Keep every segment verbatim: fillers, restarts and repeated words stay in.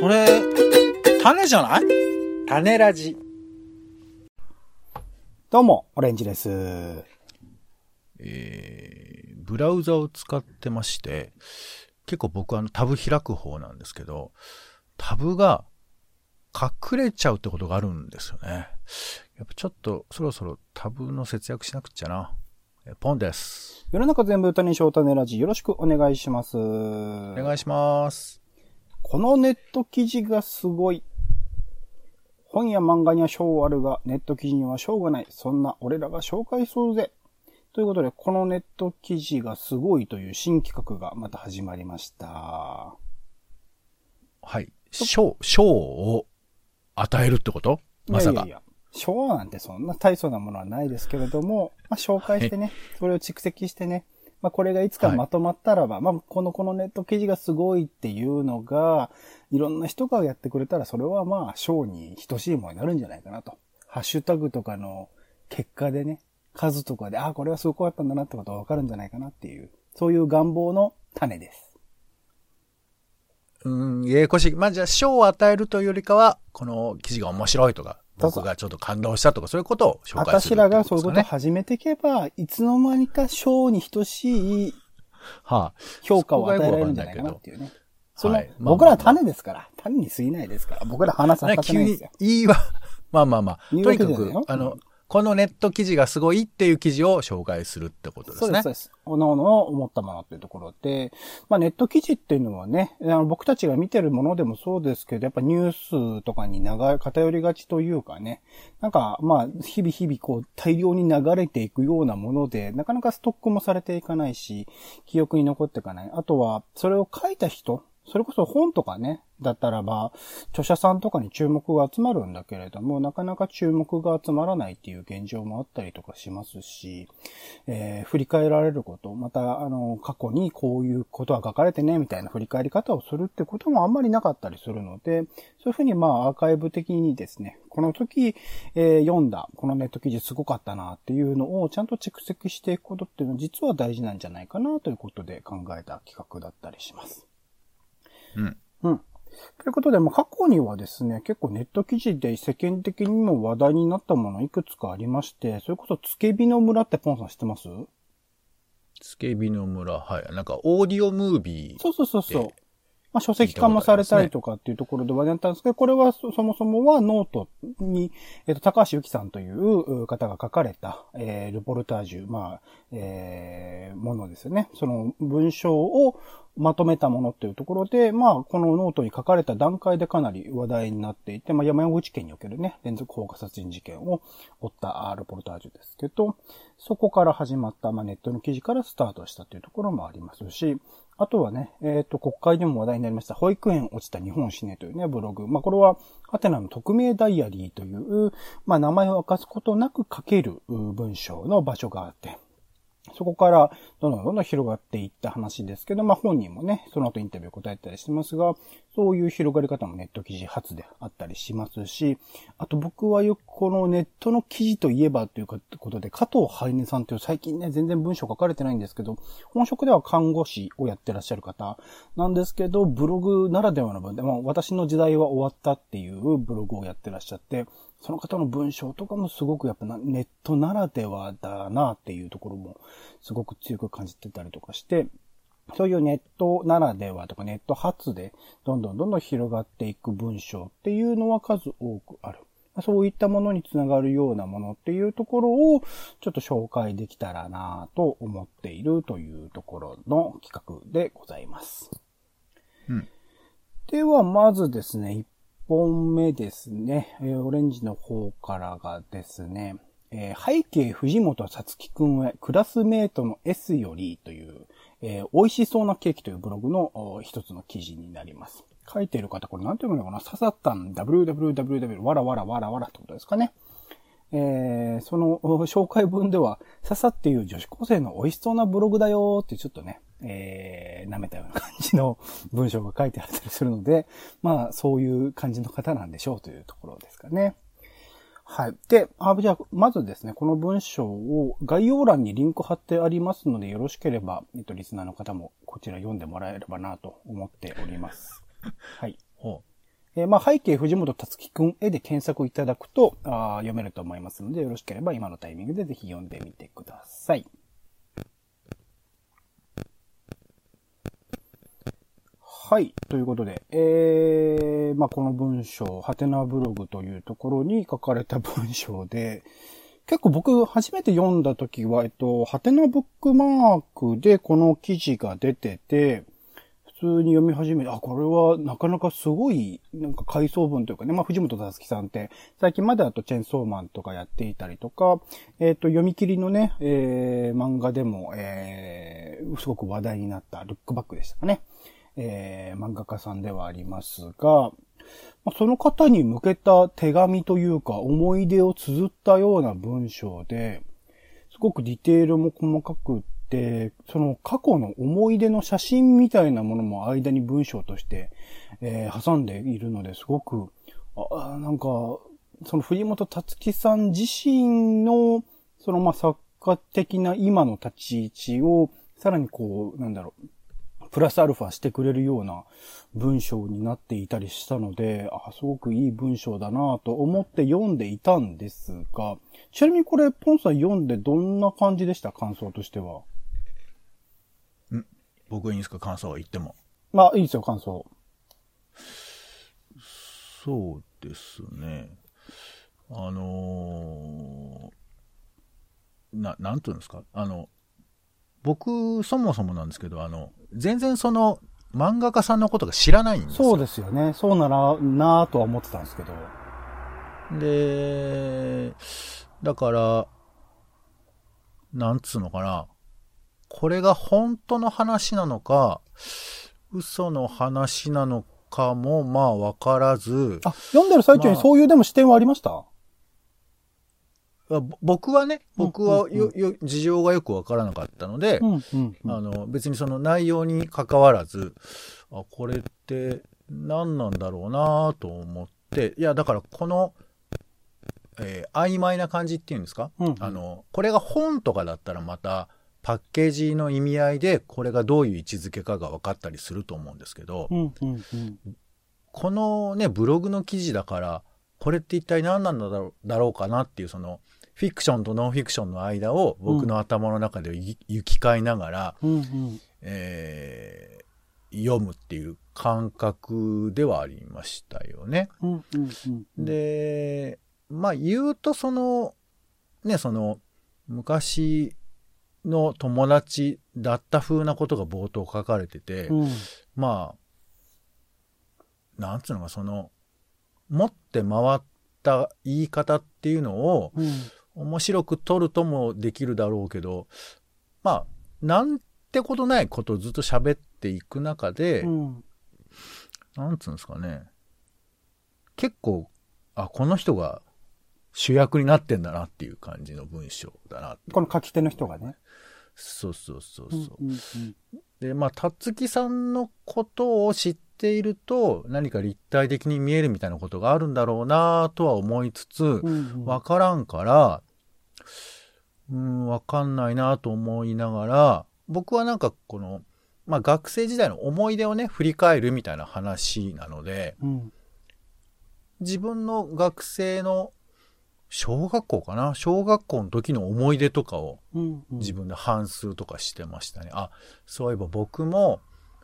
それ、種じゃない？ 種ラジ。どうも、オレンジです。 えー、ブラウザを使ってまして、結構僕はあのタブ開く方なんですけど、タブが隠れちゃうってことがあるんですよね。やっぱちょっとそろそろタブの節約しなくちゃな。ポンです。 世の中全部種翔種ラジ、よろしくお願いします。 お願いします。 このネット記事がすごい。本や漫画には賞あるが、ネット記事には賞がない。そんな俺らが紹介するぜ。ということで、このネット記事がすごいという新企画がまた始まりました。 はい。賞、賞を与えるってこと？まさか。いやいやいや、 賞なんてそんな大層なものはないですけれども、まあ、紹介してね、それを蓄積してね、まあ、これがいつかまとまったらば、はい、まあ、この、このネット記事がすごいっていうのが、いろんな人がやってくれたら、それはまあ、賞に等しいものになるんじゃないかなと。ハッシュタグとかの結果でね、数とかで、ああ、これはすごかったんだなってことがわかるんじゃないかなっていう、そういう願望の種です。 うん、ややこしい。まあ、じゃあ、賞を与えるというよりかは、この記事が面白いとか、僕がちょっと感動したとか、そういうことを紹介する、ね。 私らがそういうことを始めていけば、いつの間にか賞に等しい評価を与えられるんじゃないかなっていうね。その、はい、僕らは種ですから、種に過ぎないですから、僕ら話さなきゃないんですよ。 急にいいわ。まあまあまあ。とにかく、あの、このネット記事がすごいっていう記事を紹介するってことですね。 そうです、そうです。おのおの思ったものっていうところで、まあネット記事っていうのはね、あの僕たちが見てるものでもそうですけど、やっぱニュースとかに長い偏りがちというかね、なんかまあ日々日々こう大量に流れていくようなもので、なかなかストックもされていかないし、記憶に残っていかない。あとは、それを書いた人、それこそ本とかね、だったらば、著者さんとかに注目が集まるんだけれども、なかなか注目が集まらないっていう現状もあったりとかしますし、えー、振り返られること、また、あの、過去にこういうことは書かれてね、みたいな振り返り方をするってこともあんまりなかったりするので、そういうふうにまあ、アーカイブ的にですね、この時、えー、読んだ、このネット記事すごかったなっていうのをちゃんと蓄積していくことっていうのは実は大事なんじゃないかなということで考えた企画だったりします。 うん。 うん。ということで、まあ、過去にはですね、結構ネット記事で世間的にも話題になったものいくつかありまして、それこそつけびの村ってポンさん知ってます？ つけびの村、はい。なんかオーディオムービー。 そうそうそうそう。まあ、書籍化もされたりとかっていうところで話題になったんですけど、これはそもそもはノートに、えっと、高橋由紀さんという方が書かれた、えー、ルポルタージュ、まあ、えー、ものですよね。その文章をまとめたものっていうところで、まあ、このノートに書かれた段階でかなり話題になっていて、まあ、山口県におけるね、連続放火殺人事件を追ったルポルタージュですけど、そこから始まった、まあ、ネットの記事からスタートしたというところもありますし、あとはね、えっと、国会でも話題になりました、保育園落ちた日本死ねというね、ブログ。まあ、これは、ハテナの匿名ダイアリーという、まあ、名前を明かすことなく書ける文章の場所があって、そこから、どんどんどんどん広がっていった話ですけど、まあ、本人もね、その後インタビュー答えたりしてますが、そういう広がり方もネット記事初であったりしますし、あと僕はよくこのネットの記事といえばということで、加藤ハイネさんという最近ね、全然文章書かれてないんですけど、本職では看護師をやってらっしゃる方なんですけど、ブログならではの文で、まあ、私の時代は終わったっていうブログをやってらっしゃって、その方の文章とかもすごくやっぱネットならではだなっていうところもすごく強く感じてたりとかして、そういうネットならではとかネット発でどんどんどんどん広がっていく文章っていうのは数多くある。そういったものにつながるようなものっていうところをちょっと紹介できたらなと思っているというところの企画でございます。 うん、 ではまずですね、いっぽんめですね、えー、オレンジの方からがですね、えー、背景藤本さつきくんへクラスメートの S よりという、えー、美味しそうなケーキというブログの一つの記事になります。書いている方、これなんて読むのかな、ささったん ダブリューダブリューダブリューダブリュー わらわらわらわらってことですかね。えー、その紹介文では、ささっていう女子高生の美味しそうなブログだよーってちょっとね、えー、舐めたような感じの文章が書いてあったりするので、まあそういう感じの方なんでしょうというところですかね。はい。で、あ、じゃあ、まずですね、この文章を概要欄にリンク貼ってありますので、よろしければ、えっと、リスナーの方もこちら読んでもらえればなと思っております。はい。 ほー、まあ、背景藤本達樹くん絵で検索いただくとあ読めると思いますので、よろしければ今のタイミングでぜひ読んでみてください。はい。ということで、えー、まあ、この文章、ハテナブログというところに書かれた文章で、結構僕初めて読んだときは、えっと、ハテナブックマークでこの記事が出てて、普通に読み始めて、あ、これはなかなかすごい、なんか回想文というかね、まあ、藤本達樹さんって、最近まであとチェンソーマンとかやっていたりとか、えっと、読み切りのね、えー、漫画でも、えー、すごく話題になったルックバックでしたかね。えー、漫画家さんではありますが、その方に向けた手紙というか思い出を綴ったような文章で、すごくディテールも細かくって、その過去の思い出の写真みたいなものも間に文章として、えー、挟んでいるのですごく、あ、なんか、その藤本達樹さん自身の、そのまあ作家的な今の立ち位置を、さらにこう、なんだろう、プラスアルファしてくれるような文章になっていたりしたので、あ、すごくいい文章だなと思って読んでいたんですが、ちなみにこれ、ポンさん読んでどんな感じでした？感想としては。 ん僕いいんですか？感想は言っても。 まあ、いいですよ、感想。 そうですね。あのー、な、なんていうんですか？あの、僕、そもそもなんですけど、あの、全然その、漫画家さんのことが知らないんですよ。 そうですよね。そうならなぁとは思ってたんですけど。 で、だから、なんつうのかな。これが本当の話なのか、嘘の話なのかも、まあ、わからず。 あ、読んでる最中にそういうでも視点はありました？ 僕はね、僕はよ、よ、事情がよくわからなかったので、 うんうんうん、 あの、別にその内容に関わらず、あ、これって何なんだろうなと思って、いや、だからこの、えー、曖昧な感じっていうんですか、うんうん、あの、これが本とかだったらまた、パッケージの意味合いで、これがどういう位置づけかが分かったりすると思うんですけど、 うんうんうん、 このね、ブログの記事だから、これって一体何なんだろう、だろうかなっていう、その、フィクションとノンフィクションの間を僕の頭の中で行き交いながら、 うんうんえー、読むっていう感覚ではありましたよね。 うんうんうん、 で、まあ言うとその、ね、その昔の友達だった風なことが冒頭書かれてて、 うん、 まあ、なんつうのか、その、持って回った言い方っていうのを、うん面白く撮るともできるだろうけど、まあ、なんてことないことをずっと喋っていく中で、うん、なんつうんですかね。結構、あ、この人が主役になってんだなっていう感じの文章だな。 この書き手の人がね。 そうそうそうそう。 うんうんうん、 で、まあ、たつきさんのことを知っていると、何か立体的に見えるみたいなことがあるんだろうなとは思いつつ、わ、うんうん、からんから、うん、わかんないなと思いながら、僕はなんかこの、まあ学生時代の思い出をね、振り返るみたいな話なので、 うん、 自分の学生の小学校かな小学校の時の思い出とかを自分で反芻とかしてましたね。うんうん、あ、そういえば僕も、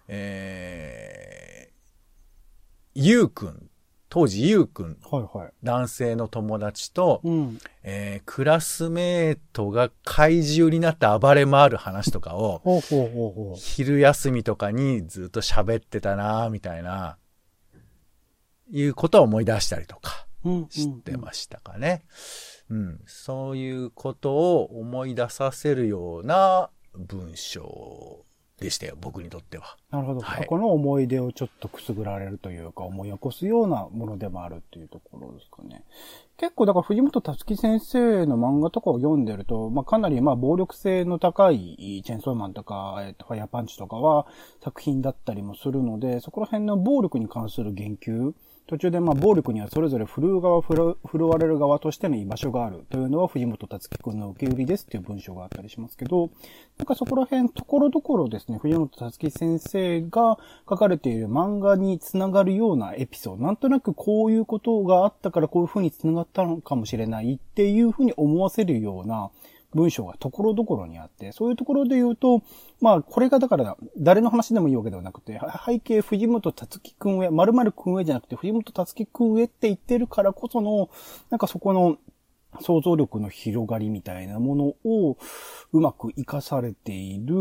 えー、ゆうくん、当時ゆうくん、 はいはい、 男性の友達と、 うんえー、クラスメートが怪獣になって暴れ回る話とかを、 ほうほうほうほう昼休みとかにずっと喋ってたなみたいな、いうことを思い出したりとか、してましたかね、うんうんうん。そういうことを思い出させるような文章でしたよ、僕にとっては。 なるほど。 はい、 過去の思い出をちょっとくすぐられるというか、思い起こすようなものでもあるっていうところですかね。結構だから藤本達樹先生の漫画とかを読んでると、まあかなりまあ暴力性の高いチェンソーマンとか、えっと、ファイヤーパンチとかは作品だったりもするので、そこら辺の暴力に関する言及、途中でまあ暴力にはそれぞれ振るう側、振る、振るわれる側としての居場所があるというのは藤本達樹くんの受け売りですっていう文章があったりしますけど、なんかそこら辺ところどころですね、藤本達樹先生生が書かれている漫画につながるようなエピソード、なんとなくこういうことがあったからこういう風につながったのかもしれないっていう風に思わせるような文章がところどころにあって、そういうところで言うと、まあ、これがだから、誰の話でもいいわけではなくて、背景藤本達樹くんへ、〇〇くんへじゃなくて、藤本達樹くんへって言ってるからこその、なんかそこの想像力の広がりみたいなものをうまく活かされている、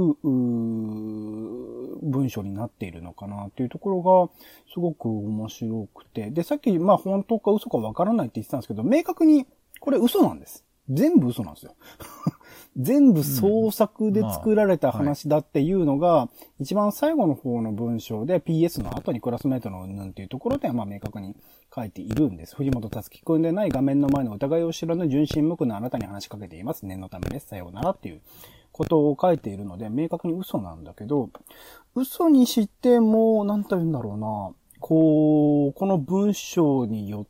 文章になっているのかなっていうところが、すごく面白くて。で、さっき、まあ、本当か嘘かわからないって言ってたんですけど、明確に、これ嘘なんです。全部嘘なんですよ。全部創作で作られた話だっていうのが、うんまあはい、一番最後の方の文章で ピーエス の後にクラスメートのうんぬんっていうところではまあ明確に書いているんです。藤本達樹くんでない画面の前の疑いを知らぬ純真無垢なあなたに話しかけています。念のためです。さようならっていうことを書いているので、明確に嘘なんだけど、嘘にしても、なんと言うんだろうな、こう、この文章によって、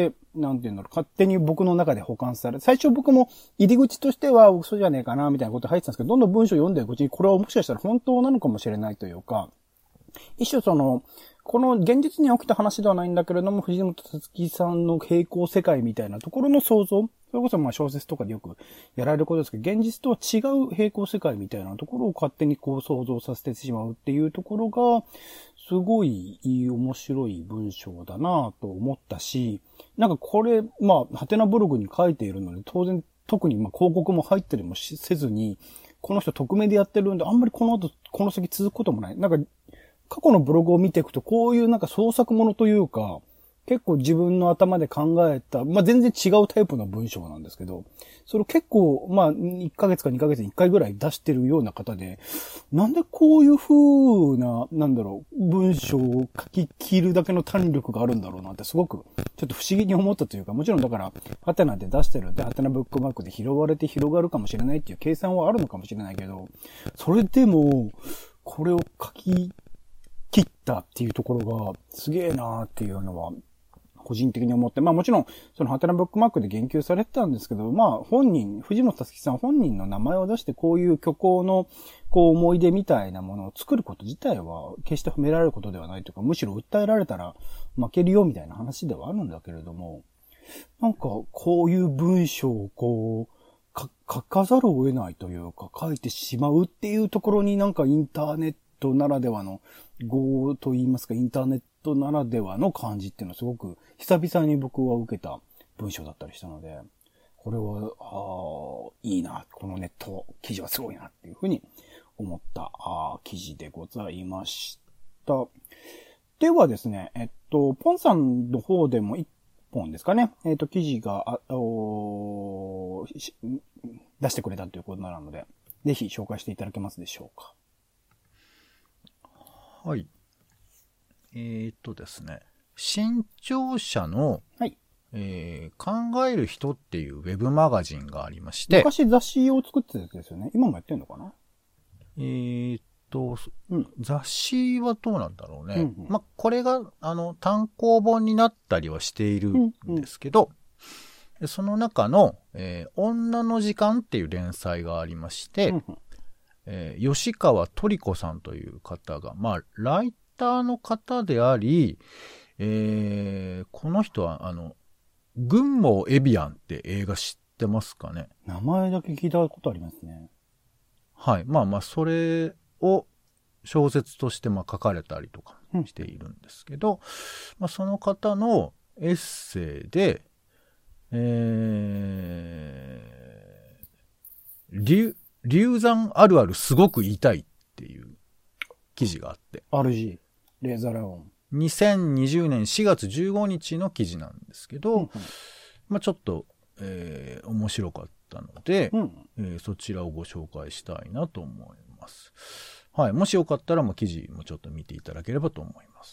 なんていうんだろう、勝手に僕の中で保管され、最初僕も入り口としては嘘じゃねえかな、みたいなこと入ってたんですけど、どんどん文章を読んでいくうちに、これはもしかしたら本当なのかもしれないというか、一種その、この現実に起きた話ではないんだけれども、藤本達樹さんの平行世界みたいなところの想像、それこそまあ小説とかでよくやられることですけど、現実とは違う平行世界みたいなところを勝手にこう想像させてしまうっていうところが、すごいいい面白い文章だなと思ったし、なんかこれ、まあ、ハテナブログに書いているので、当然特にまあ広告も入ったりもせずに、この人匿名でやってるんで、あんまりこの後、この先続くこともない。なんか、過去のブログを見ていくと、こういうなんか創作ものというか、結構自分の頭で考えた、まあ、全然違うタイプの文章なんですけど、それを結構、まあ、いっかげつかにかげつにいっかいぐらい出してるような方で、なんでこういう風な、なんだろう、文章を書き切るだけの胆力があるんだろうなってすごく、ちょっと不思議に思ったというか、もちろんだから、ハテナで出してるんで、ハテナブックマークで拾われて広がるかもしれないっていう計算はあるのかもしれないけど、それでも、これを書き切ったっていうところが、すげえなーっていうのは、個人的に思って、まあもちろん、そのハテナブックマークで言及されてたんですけど、まあ本人、藤本達樹さん本人の名前を出してこういう虚構のこう思い出みたいなものを作ること自体は決して褒められることではないというか、むしろ訴えられたら負けるよみたいな話ではあるんだけれども、なんかこういう文章をこう、書かざるを得ないというか、書いてしまうっていうところになんかインターネットならではの語と言いますか、インターネットならではの感じっていうのはすごく久々に僕は受けた文章だったりしたので、これは、あいいな、このネット記事はすごいなっていうふうに思ったあ記事でございました。ではですね、えっと、ポンさんの方でも一本ですかね、えっと、記事があお出してくれたということなので、ぜひ紹介していただけますでしょうか。 はい。えー、っとですね、新潮社の、 はいえー、考える人っていうウェブマガジンがありまして、 昔雑誌を作ってたやつですよね。今もやってんのかな。 えー、っと、 うん、 雑誌はどうなんだろうね。 うんうん、 まあ、これがあの単行本になったりはしているんですけど、うんうん、その中の、えー、女の時間っていう連載がありまして、うんうんえー、吉川トリコさんという方が、まあ、ライターの方であり、えー、この人は、あの、軍網エビアンって映画知ってますかね？ 名前だけ聞いたことありますね。 はい。まあまあ、それを小説としてまあ書かれたりとかしているんですけど、うんまあ、その方のエッセイで、えー、流、流産あるあるすごく言いたいっていう記事があって。 アールジー、レーザーラオン。 にせんにじゅうねんしがつじゅうごにちの記事なんですけど、うんうん、まあちょっと、えー、面白かったので、うんえー、そちらをご紹介したいなと思います。はい。もしよかったら、まあ記事もちょっと見ていただければと思います。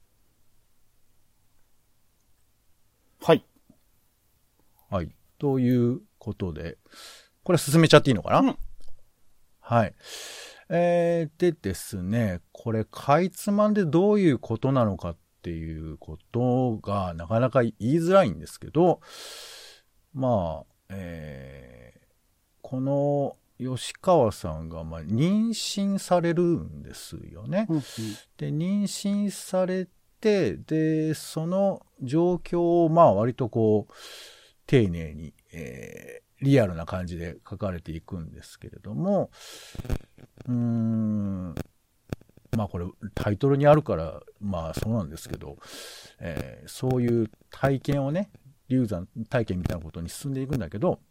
はい。 はい。ということで、これ進めちゃっていいのかな？うん、はい。えー、でですね、これ、かいつまんでどういうことなのかっていうことがなかなか言いづらいんですけど、まあ、えー、この吉川さんが、まあ、妊娠されるんですよね。 うんうん、 で、妊娠されて、で、その状況を、まあ、割とこう、丁寧に、えー、リアルな感じで書かれていくんですけれども、うーん、まあこれタイトルにあるからまあそうなんですけど、えー、そういう体験をね、流産体験みたいなことに進んでいくんだけど、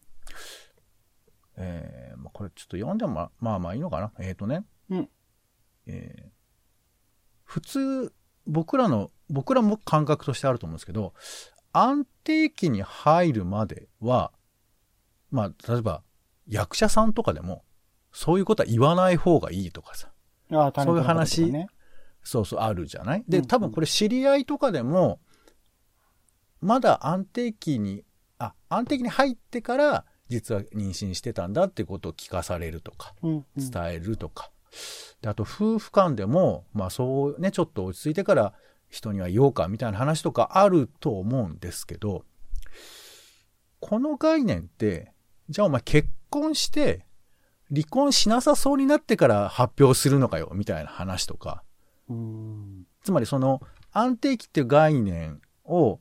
えーまあ、これちょっと読んでもま、まあまあいいのかな。えっとね、 うんえー、普通僕らの僕らも感覚としてあると思うんですけど、安定期に入るまでは、まあ例えば役者さんとかでもそういうことは言わない方がいいとかさ、 ああ、 そういう話、 ね、 そうそうあるじゃない。で、 うんうん、 多分これ知り合いとかでもまだ安定期にあ安定期に入ってから実は妊娠してたんだってことを聞かされるとか、 うんうん、 伝えるとか、であと夫婦間でもまあそうね、ちょっと落ち着いてから人には言おうかみたいな話とかあると思うんですけど、この概念ってじゃあお前結婚して離婚しなさそうになってから発表するのかよみたいな話とか、 うーん、 つまりその安定期っていう概念を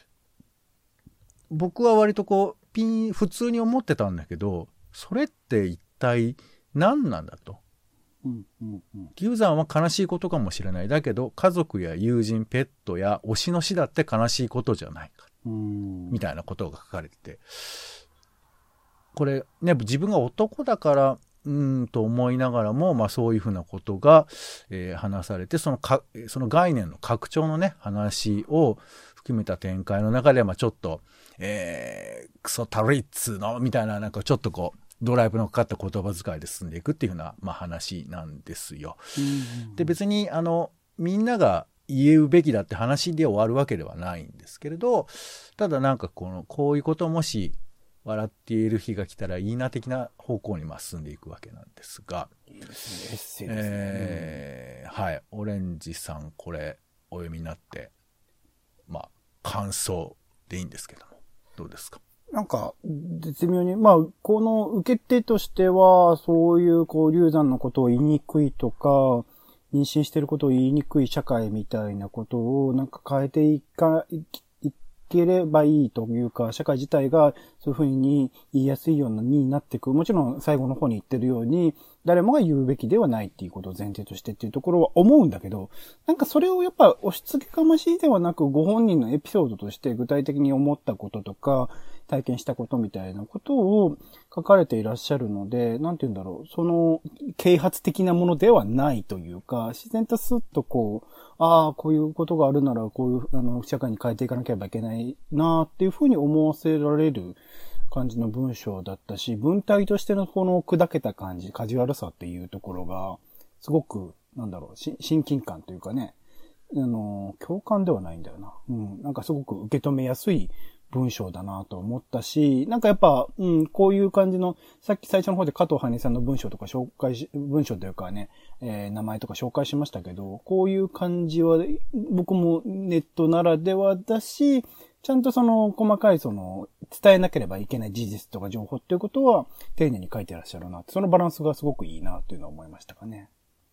僕は割とこうピン普通に思ってたんだけど、それって一体何なんだと。 うんうんうん、 流産は悲しいことかもしれない。だけど家族や友人、ペットや推しの死だって悲しいことじゃないか、 うーんみたいなことが書かれてて、これね、自分が男だからうーんと思いながらも、まあそういうふうなことが、えー、話されて、そのかその概念の拡張のね話を含めた展開の中で、まあちょっと、えー、クソタルイッツのみたいな、なんかちょっとこうドライブのかかった言葉遣いで進んでいくっていうふうな、まあ、話なんですよ。 うんうん、 で別にあのみんなが言うべきだって話で終わるわけではないんですけれど、ただなんかこのこういうこともし笑っている日が来たらいいな的な方向にまあ進んでいくわけなんですが、 いいですね、エッセイですね、 えー、はい、オレンジさんこれお読みになってまあ感想でいいんですけどもどうですか。 なんか、絶妙に、まあ、この受け手としては、そういう、こう、流産のことを言いにくいとか、妊娠してることを言いにくい社会みたいなことを、なんか変えていか、いければいいというか、社会自体がそういうふうに言いやすいようになっていく。もちろん最後の方に言ってるように、誰もが言うべきではないっていうことを前提としてっていうところは思うんだけど、なんかそれをやっぱ押し付けがましいではなく、ご本人のエピソードとして具体的に思ったこととか、体験したことみたいなことを書かれていらっしゃるので、なんて言うんだろう、その啓発的なものではないというか、自然とスッとこう、ああ、こういうことがあるなら、こういう、あの、社会に変えていかなければいけないなっていうふうに思わせられる感じの文章だったし、文体としてのこの砕けた感じ、カジュアルさっていうところが、すごく、なんだろう、親近感というかね、あの、共感ではないんだよな。うん、なんかすごく受け止めやすい文章だなと思ったし、なんかやっぱ、うん、こういう感じの、さっき最初の方で加藤羽根さんの文章とか紹介し、文章というかね、えー、名前とか紹介しましたけど、こういう感じは、僕もネットならではだし、ちゃんとその細かいその、伝えなければいけない事実とか情報っていうことは、丁寧に書いてらっしゃるなって、そのバランスがすごくいいなっていうのは思いましたかね。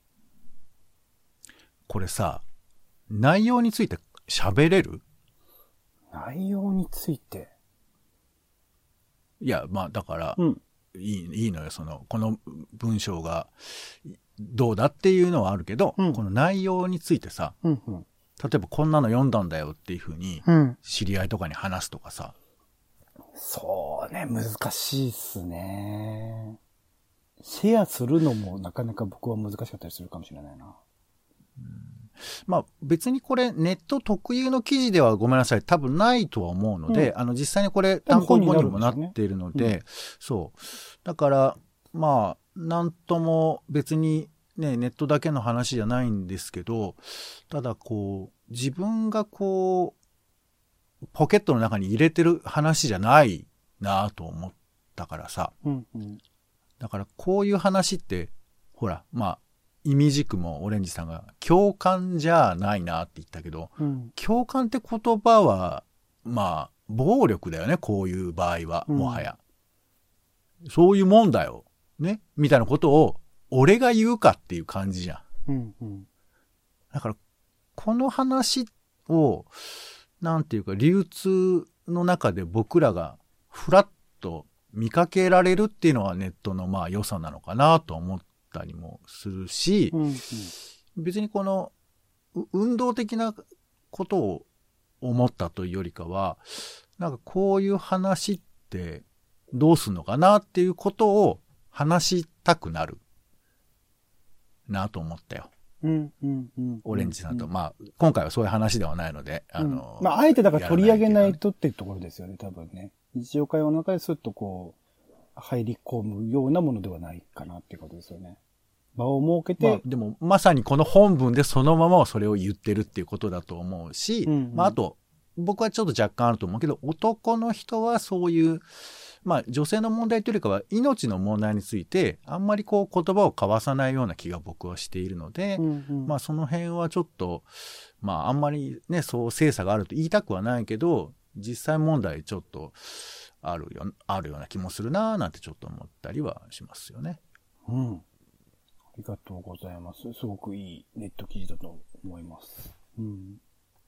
これさ、内容について喋れる？ 内容について。 いや、まあだから、 うん、 いい、いいのよ、その、この文章がどうだっていうのはあるけど、 うん、 この内容についてさ、 うんうん、 例えばこんなの読んだんだよっていうふうに、知り合いとかに話すとかさ。 うん、そうね、難しいっすね。シェアするのもなかなか僕は難しかったりするかもしれないな。 うんまあ別にこれネット特有の記事ではごめんなさい多分ないとは思うので、うん、あの実際にこれ単行本にもなっているので、うん、そうだからまあなんとも別にねネットだけの話じゃないんですけど、ただこう自分がこうポケットの中に入れてる話じゃないなと思ったからさ、 うんうん、 だからこういう話ってほらまあ意味軸もオレンジさんが共感じゃないなって言ったけど、うん、共感って言葉はまあ暴力だよね、こういう場合はもはや、うん、そういうもんだよね、みたいなことを俺が言うかっていう感じじゃん。 うんうん、 だから、この話を、なんていうか、流通の中で僕らがフラッと見かけられるっていうのはネットのまあ良さなのかなと思ったりもするし、 うんうん、 別にこの運動的なことを思ったというよりかは、なんかこういう話ってどうすんのかなっていうことを話したくなるなと思ったよ。 うんうんうん、 オレンジさんと、まあ、今回はそういう話ではないので、 あの、うん、まあ、あえてだから取り上げないとっていうところですよね、多分ね。日常会話の中ですっとこう、入り込むようなものではないかなっていうことですよね。場を設けて。 まあ、でも、まさにこの本文でそのままそれを言ってるっていうことだと思うし、うんうん、まあ、あと、僕はちょっと若干あると思うけど、男の人はそういう、まあ女性の問題というよりかは命の問題についてあんまりこう言葉を交わさないような気が僕はしているので、うんうん、まあその辺はちょっと、まああんまりね、そう精査があると言いたくはないけど、実際問題ちょっとあるよ、あるような気もするなぁなんてちょっと思ったりはしますよね。 うん。ありがとうございます。すごくいいネット記事だと思います。うん。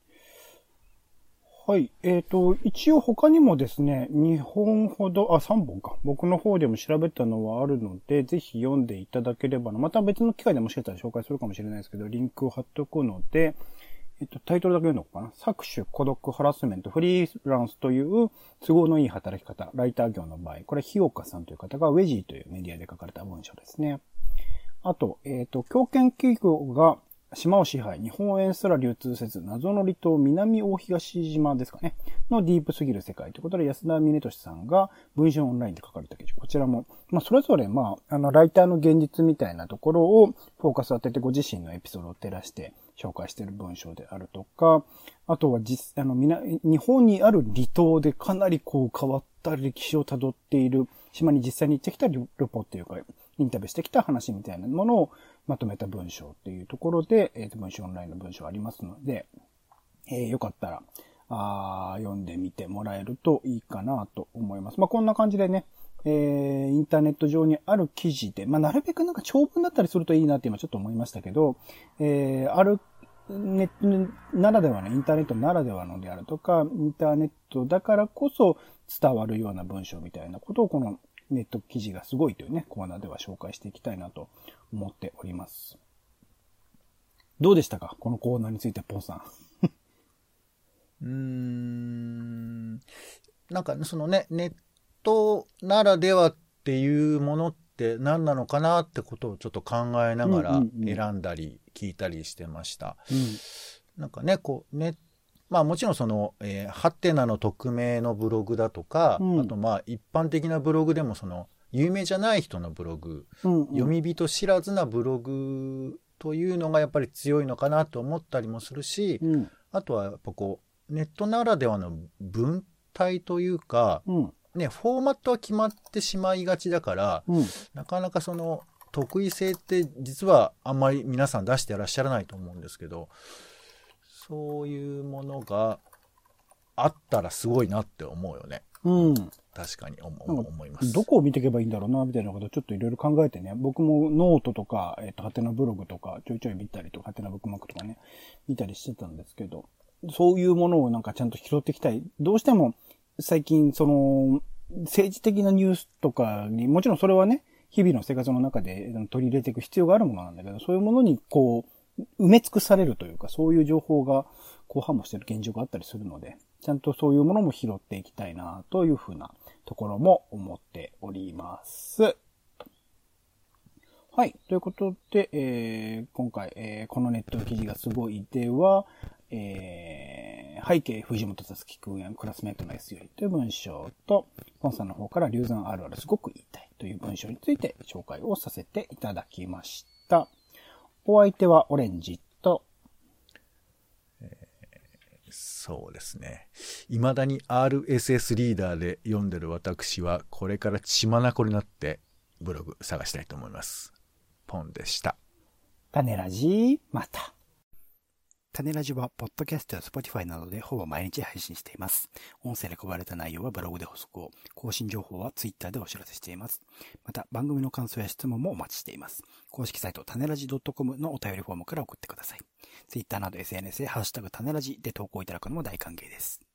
はい。えっと、一応他にもですね、にほんほど、あ、さんぼんか。僕の方でも調べたのはあるので、ぜひ読んでいただければな。また別の機会でもしかしたら紹介するかもしれないですけど、リンクを貼っておくので、えっと、タイトルだけ読んでおくかな。搾取、孤独、ハラスメント、フリーランスという都合のいい働き方、ライター業の場合、これ、日岡さんという方がウェジーというメディアで書かれた文章ですね。あと、えっと、強権企業が島を支配、日本円すら流通せず、謎の離島、南大東島ですかね、のディープすぎる世界ということで、安田峰俊さんが文春オンラインで書かれた記事。こちらも、まあ、それぞれ、まあ、あの、ライターの現実みたいなところをフォーカス当ててご自身のエピソードを照らして紹介している文章であるとか、あとは実、あの、みな、日本にある離島でかなりこう変わった歴史をたどっている島に実際に行ってきたルポっていうか、インタビューしてきた話みたいなものをまとめた文章っていうところで、えっと、文章オンラインの文章ありますので、えー、よかったら、あ読んでみてもらえるといいかなと思います。まあ、こんな感じでね、えー、インターネット上にある記事で、まあ、なるべくなんか長文だったりするといいなって今ちょっと思いましたけど、えー、あるネットならではの、インターネットならではのであるとか、インターネットだからこそ伝わるような文章みたいなことをこのネット記事がすごいというね、コーナーでは紹介していきたいなと思っております。どうでしたかこのコーナーについて、ポンさん。 うーん。なんか、そのね、ネットならではっていうものって何なのかなってことをちょっと考えながら選んだり聞いたりしてました。うんうんうん、なんかね、こう、ネットまあもちろんその、えー、ハテナの匿名のブログだとか、うん、あとまあ一般的なブログでもその、有名じゃない人のブログ、うんうん、読み人知らずなブログというのがやっぱり強いのかなと思ったりもするし、うん、あとはやっぱこう、ネットならではの文体というか、うん、ね、フォーマットは決まってしまいがちだから、うん、なかなかその得意性って実はあんまり皆さん出してらっしゃらないと思うんですけど、そういうものがあったらすごいなって思うよね。うん。確かに思思います。 どこを見ていけばいいんだろうな、みたいなことをちょっといろいろ考えてね。僕もノートとか、えっと、ハテナブログとか、ちょいちょい見たりとか、ハテナブックマークとかね、見たりしてたんですけど、そういうものをなんかちゃんと拾っていきたい。どうしても、最近、その、政治的なニュースとかに、もちろんそれはね、日々の生活の中で取り入れていく必要があるものなんだけど、そういうものにこう、埋め尽くされるというか、そういう情報が後半もしている現状があったりするので、ちゃんとそういうものも拾っていきたいな、というふうなところも思っております。はい。ということで、えー、今回、えー、このネット記事がすごいでは、えー、背景藤本さつきくんやクラスメートの エス よりという文章と、ポンさんの方から流産あるあるすごく言いたいという文章について紹介をさせていただきました。お相手はオレンジと、 えー、そうですね。未だに アールエスエス リーダーで読んでる私は、これから血眼になってブログ探したいと思います。ポンでした。 種ラジまた。 種ラジは、ポッドキャストや Spotify などでほぼ毎日配信しています。音声で配られた内容はブログで補足を、更新情報は Twitter でお知らせしています。また、番組の感想や質問もお待ちしています。公式サイト、種ラジ .com のお便りフォームから送ってください。Twitter など エスエヌエス でハッシュタグ種ラジで投稿いただくのも大歓迎です。